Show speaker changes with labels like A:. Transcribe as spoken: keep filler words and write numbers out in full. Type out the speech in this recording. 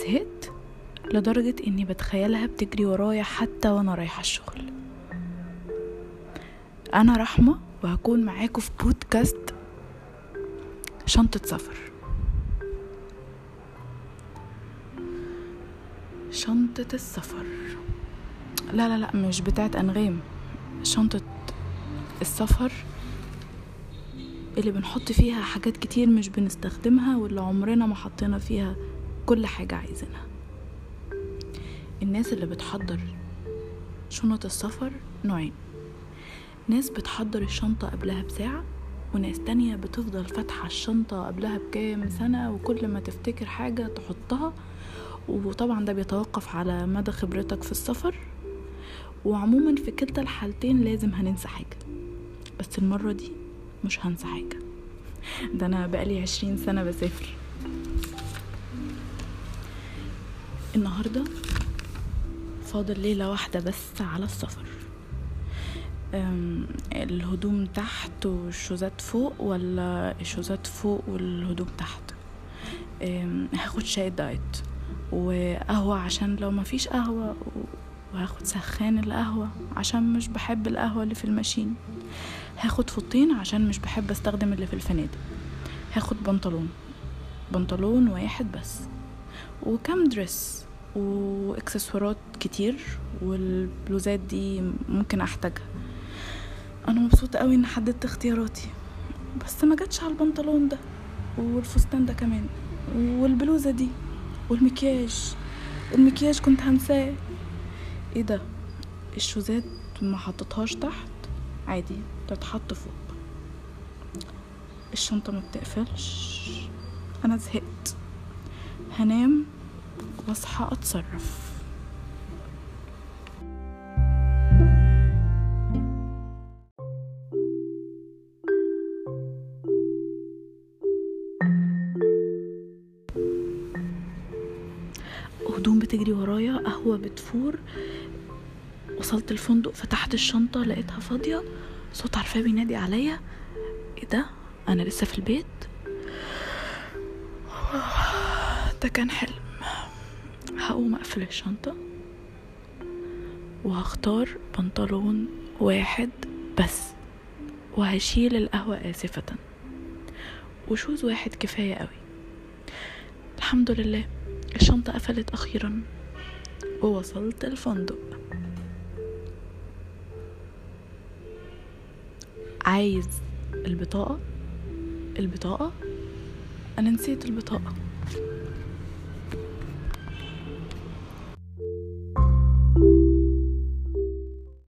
A: زهقت لدرجة اني بتخيلها بتجري ورايا حتى وانا رايحة الشغل. انا رحمة وهكون معاكم في بودكاست شنطة سفر. شنطة السفر لا لا لا مش بتاعت انغام، شنطة السفر اللي بنحط فيها حاجات كتير مش بنستخدمها واللي عمرنا ما حطينا فيها كل حاجة عايزينها. الناس اللي بتحضر شنطة السفر نوعين: ناس بتحضر الشنطة قبلها بساعة، وناس تانية بتفضل فتحة الشنطة قبلها بكام سنة وكل ما تفتكر حاجة تحطها. وطبعا ده بيتوقف على مدى خبرتك في السفر، وعموما في كلتا الحالتين لازم هننسى حاجة، بس المرة دي مش هنسى حاجة. ده أنا بقالي عشرين سنة بسافر. النهاردة فاضل ليلة واحدة بس على السفر. الهدوم تحت والشوزات فوق، ولا الشوزات فوق والهدوم تحت. هاخد شاي دايت وقهوة عشان لو ما فيش قهوة، وهاخد سخان القهوة عشان مش بحب القهوة اللي في الماشين. هاخد فوطين عشان مش بحب استخدم اللي في الفنادق. هاخد بنطلون بنطلون واحد بس، وكم درس واكسسوارات كتير، والبلوزات دي ممكن احتاجها. انا مبسوطة قوي ان حددت اختياراتي، بس ما جاتش على البنطلون ده والفستان ده كمان والبلوزة دي والمكياج. المكياج كنت هنساه. ايه ده؟ الشوزات ما حطتهاش تحت، عادي تتحط فوق. الشنطة ما بتقفلش. انا زهقت، هنام واصحى اتصرف. هدوم بتجري ورايا، قهوة بتفور. وصلت الفندق، فتحت الشنطة لقيتها فاضية. صوت عرفاه بينادي عليا. ايه ده؟ انا لسه في البيت؟ ده كان حلم. هقوم اقفل الشنطة وهختار بنطلون واحد بس، وهشيل القهوة آسفة، وشوز واحد كفاية قوي. الحمد لله الشنطة قفلت أخيرا ووصلت الفندق. عايز البطاقة البطاقة أنا نسيت البطاقة.